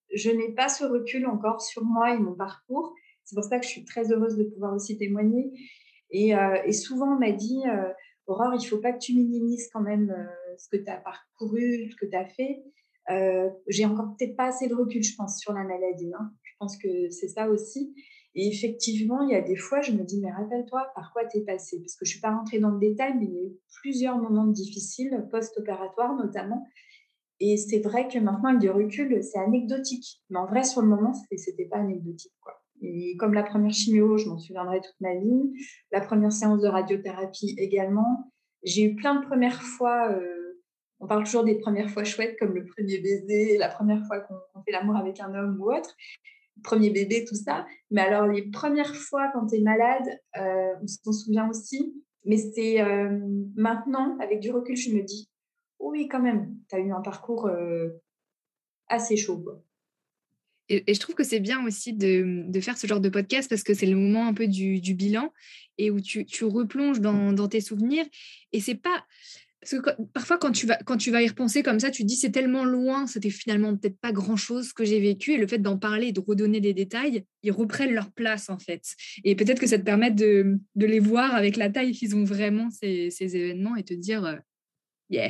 je n'ai pas ce recul encore sur moi et mon parcours. C'est pour ça que je suis très heureuse de pouvoir aussi témoigner. Et, euh, et souvent, on m'a dit, euh, Aurore, il ne faut pas que tu minimises quand même euh, ce que tu as parcouru, ce que tu as fait. Euh, j'ai encore peut-être pas assez de recul, je pense, sur la maladie. Hein. Je pense que c'est ça aussi. Et effectivement, il y a des fois, je me dis, mais rappelle-toi par quoi tu es passée. Parce que je ne suis pas rentrée dans le détail, mais il y a eu plusieurs moments difficiles, post-opératoires notamment. Et c'est vrai que maintenant, avec du recul, c'est anecdotique. Mais en vrai, sur le moment, ce n'était pas anecdotique, quoi. Et comme la première chimio, je m'en souviendrai toute ma vie. La première séance de radiothérapie également. J'ai eu plein de premières fois. Euh, on parle toujours des premières fois chouettes, comme le premier baiser, la première fois qu'on, qu'on fait l'amour avec un homme ou autre. Le premier bébé, tout ça. Mais alors, les premières fois quand tu es malade, euh, on s'en souvient aussi. Mais c'est euh, maintenant, avec du recul, je me dis, oui, quand même, tu as eu un parcours euh, assez chaud, quoi. Et, et je trouve que c'est bien aussi de, de faire ce genre de podcast parce que c'est le moment un peu du, du bilan et où tu, tu replonges dans, dans tes souvenirs. Et c'est pas... Parce que quand, parfois, quand tu, vas, quand tu vas y repenser comme ça, tu te dis c'est tellement loin, c'était finalement peut-être pas grand-chose que j'ai vécu. Et le fait d'en parler et de redonner des détails, ils reprennent leur place, en fait. Et peut-être que ça te permet de, de les voir avec la taille qu'ils ont vraiment, ces, ces événements, et te dire euh, yeah.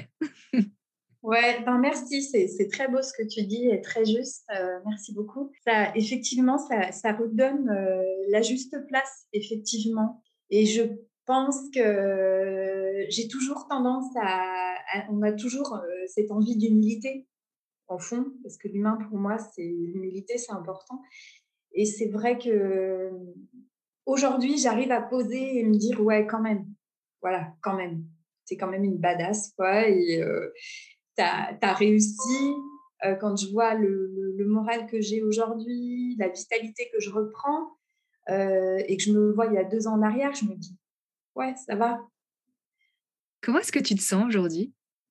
Ouais, ben merci, c'est, c'est très beau ce que tu dis et très juste. Euh, merci beaucoup. Ça, effectivement, ça, ça redonne euh, la juste place, effectivement. Et je pense que j'ai toujours tendance à, à- on a toujours euh, cette envie d'humilité au fond, parce que l'humain pour moi, c'est l'humilité, c'est important. Et c'est vrai que aujourd'hui, j'arrive à poser et me dire ouais, quand même, voilà, quand même, c'est quand même une badass, quoi. Et euh, tu as réussi. Euh, quand je vois le, le, le moral que j'ai aujourd'hui, la vitalité que je reprends, euh, et que je me vois il y a deux ans en arrière, je me dis, ouais, ça va. Comment est-ce que tu te sens aujourd'hui?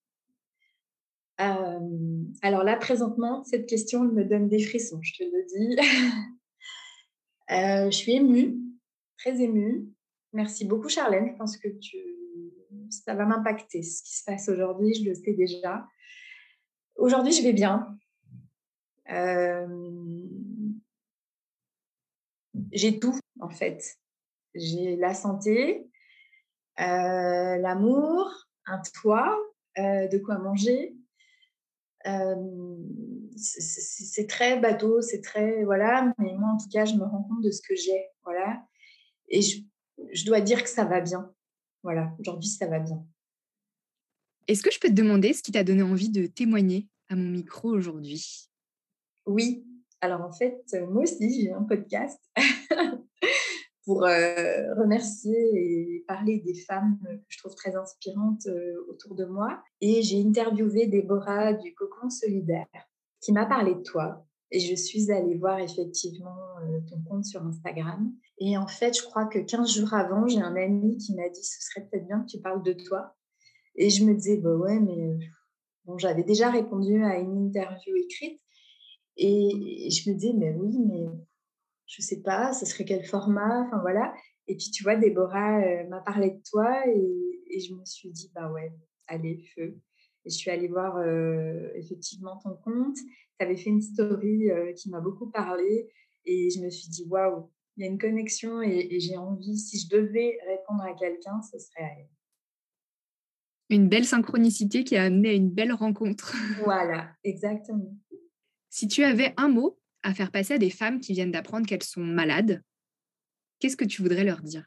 Euh, alors là, présentement, cette question elle me donne des frissons, je te le dis. euh, je suis émue, très émue. Merci beaucoup, Charlène. Je pense que tu... ça va m'impacter, ce qui se passe aujourd'hui, je le sais déjà. Aujourd'hui, je vais bien. Euh, j'ai tout, en fait. J'ai la santé, euh, l'amour, un toit, euh, de quoi manger. Euh, c'est, c'est, c'est très bateau, c'est très... Voilà, mais moi, en tout cas, je me rends compte de ce que j'ai. Voilà. Et je, je dois dire que ça va bien. Voilà, aujourd'hui, ça va bien. Est-ce que je peux te demander ce qui t'a donné envie de témoigner à mon micro aujourd'hui? Oui. Alors, en fait, moi aussi, j'ai un podcast pour euh, remercier et parler des femmes que je trouve très inspirantes euh, autour de moi. Et j'ai interviewé Déborah du Cocon Solidaire qui m'a parlé de toi. Et je suis allée voir effectivement euh, ton compte sur Instagram. Et en fait, je crois que quinze jours avant, j'ai un ami qui m'a dit « Ce serait peut-être bien que tu parles de toi ». Et je me disais bah « Ouais, mais… Euh, » Bon, j'avais déjà répondu à une interview écrite. Et je me disais « Mais oui, mais… » je sais pas, ce serait quel format, enfin voilà. Et puis tu vois, Déborah euh, m'a parlé de toi et, et je me suis dit, bah ouais, allez, feu. Et je suis allée voir euh, effectivement ton compte. Tu avais fait une story euh, qui m'a beaucoup parlé et je me suis dit, waouh, il y a une connexion et, et j'ai envie, si je devais répondre à quelqu'un, ce serait à elle. Une belle synchronicité qui a amené à une belle rencontre. Voilà, exactement. Si tu avais un mot à faire passer à des femmes qui viennent d'apprendre qu'elles sont malades, qu'est-ce que tu voudrais leur dire?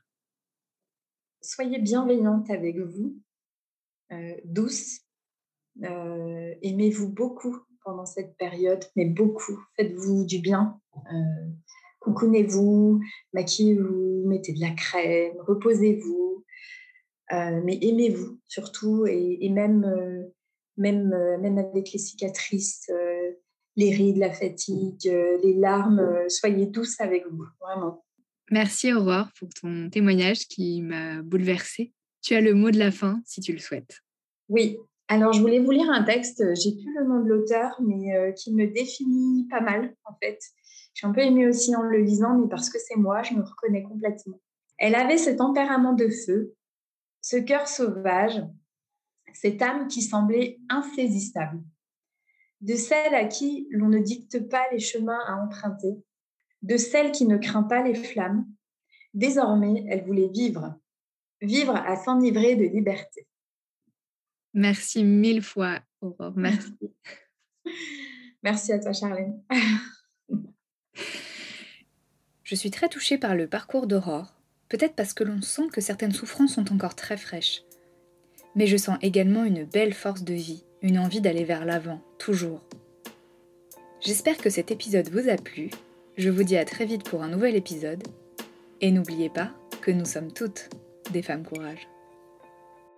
Soyez bienveillante avec vous, euh, douce, euh, aimez-vous beaucoup pendant cette période, mais beaucoup. Faites-vous du bien. Euh, coucounez-vous, maquillez-vous, mettez de la crème, reposez-vous, euh, mais aimez-vous surtout et, et même, euh, même, euh, même avec les cicatrices, euh, les rides, la fatigue, euh, les larmes, euh, soyez douce avec vous, vraiment. Merci Aurore pour ton témoignage qui m'a bouleversée. Tu as le mot de la fin si tu le souhaites. Oui, alors je voulais vous lire un texte, j'ai plus le nom de l'auteur, mais euh, qui me définit pas mal en fait. Je suis un peu émue aussi en le lisant, mais parce que c'est moi, je me reconnais complètement. Elle avait ce tempérament de feu, ce cœur sauvage, cette âme qui semblait insaisissable. de celle à qui l'on ne dicte pas les chemins à emprunter, de celle qui ne craint pas les flammes. Désormais, elle voulait vivre, vivre à s'enivrer de liberté. Merci mille fois, Aurore. Merci. Merci à toi, Charlène. Je suis très touchée par le parcours d'Aurore, peut-être parce que l'on sent que certaines souffrances sont encore très fraîches. Mais je sens également une belle force de vie, une envie d'aller vers l'avant, toujours. J'espère que cet épisode vous a plu. Je vous dis à très vite pour un nouvel épisode. Et n'oubliez pas que nous sommes toutes des femmes courage.